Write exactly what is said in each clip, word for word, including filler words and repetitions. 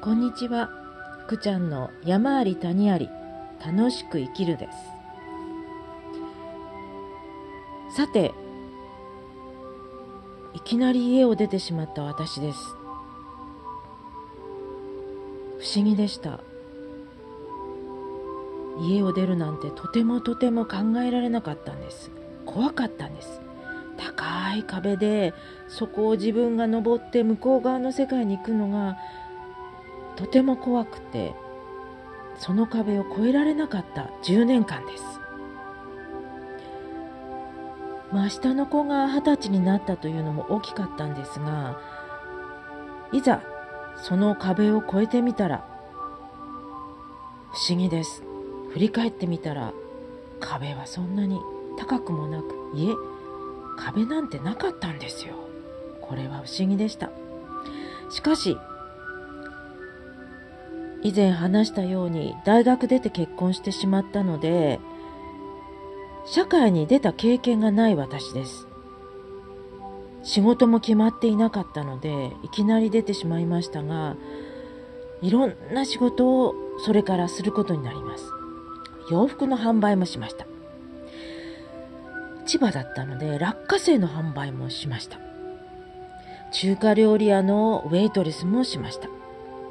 こんにちは。くちゃんの山あり谷あり楽しく生きるです。さて、いきなり家を出てしまった私です。不思議でした。家を出るなんてとてもとても考えられなかったんです。怖かったんです。高い壁でそこを自分が登って向こう側の世界に行くのがとても怖くて、その壁を越えられなかったじゅうねんかんです。まあ下の子が二十歳になったというのも大きかったんですが、いざその壁を越えてみたら不思議です。振り返ってみたら壁はそんなに高くもなく、いえ壁なんてなかったんですよ。これは不思議でした。しかし以前話したように大学出て結婚してしまったので、社会に出た経験がない私です。仕事も決まっていなかったのでいきなり出てしまいましたが、いろんな仕事をそれからすることになります。洋服の販売もしました。千葉だったので落花生の販売もしました。中華料理屋のウェイトレスもしました。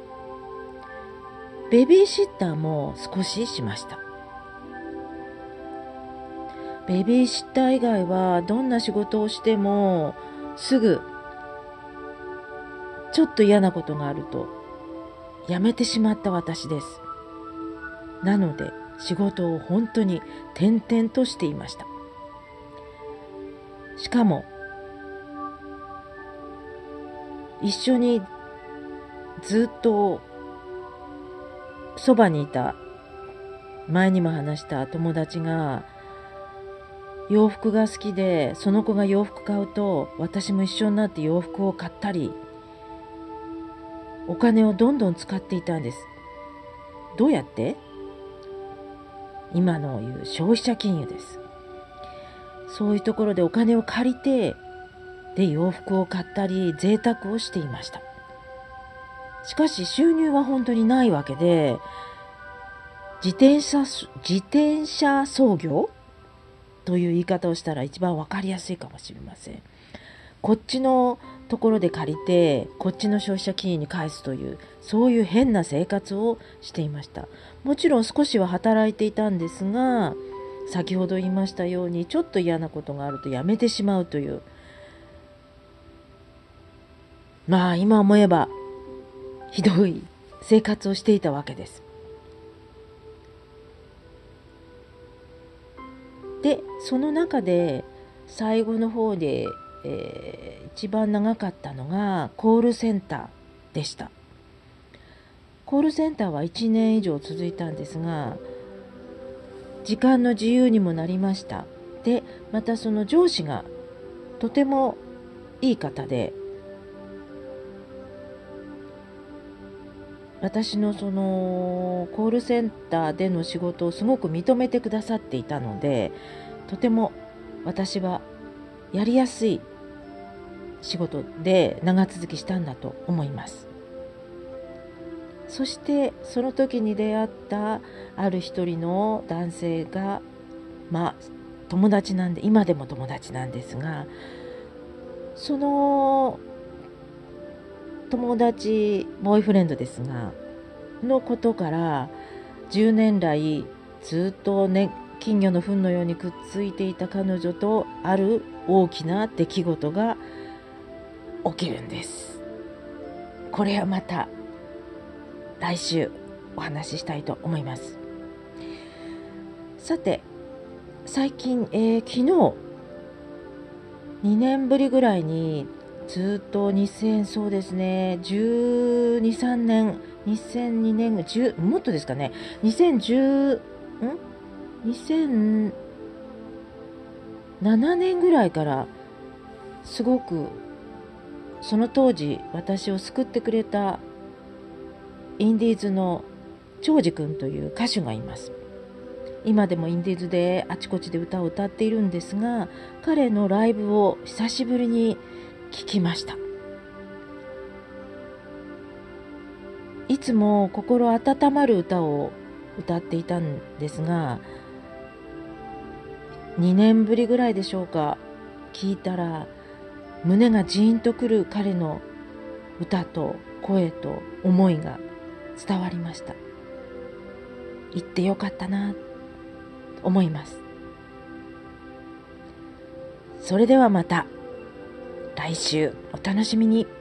ベビーシッターも少ししました。ベビーシッター以外はどんな仕事をしてもすぐちょっと嫌なことがあると辞めてしまった私です。なので仕事を本当に転々としていました。しかも一緒にずっとそばにいた、前にも話した友達が洋服が好きで、その子が洋服買うと私も一緒になって洋服を買ったり、お金をどんどん使っていたんです。どうやって？今の言う消費者金融です。そういうところでお金を借りてで洋服を買ったり贅沢をしていました。しかし収入は本当にないわけで、自転車自転車操業という言い方をしたら一番わかりやすいかもしれません。こっちのところで借りてこっちの消費者金融に返すという、そういう変な生活をしていました。もちろん少しは働いていたんですが、先ほど言いましたようにちょっと嫌なことがあるとやめてしまうという、まあ今思えばひどい生活をしていたわけです。でその中で最後の方で、えー、一番長かったのがコールセンターでした。コールセンターはいちねん以上続いたんですが、時間の自由にもなりました。でまたその上司がとてもいい方で、私のそのコールセンターでの仕事をすごく認めてくださっていたので、とても私はやりやすい仕事で長続きしたんだと思います。そしてその時に出会ったある一人の男性が、まあ友達なんで、今でも友達なんですが、その友達ボーイフレンドですがのことからじゅうねん来ずっとね、金魚の糞のようにくっついていた彼女とある大きな出来事が起きるんです。これはまた来週お話ししたいと思います。さて最近、えー、昨日にねんぶりぐらいにずっとにせんそうですねじゅうに、さんねんにせんにねんじゅうもっとですかねにせんじゅうんにせんななねんぐらいからすごくその当時私を救ってくれたインディーズの長司君という歌手がいます。今でもインディーズであちこちで歌を歌っているんですが、彼のライブを久しぶりに聞きました。 いつも心温まる歌を歌っていたんですが、にねんぶりぐらいでしょうか、聞いたら胸がジーンとくる彼の歌と声と思いが伝わりました。行ってよかったなと思います。それではまた来週お楽しみに。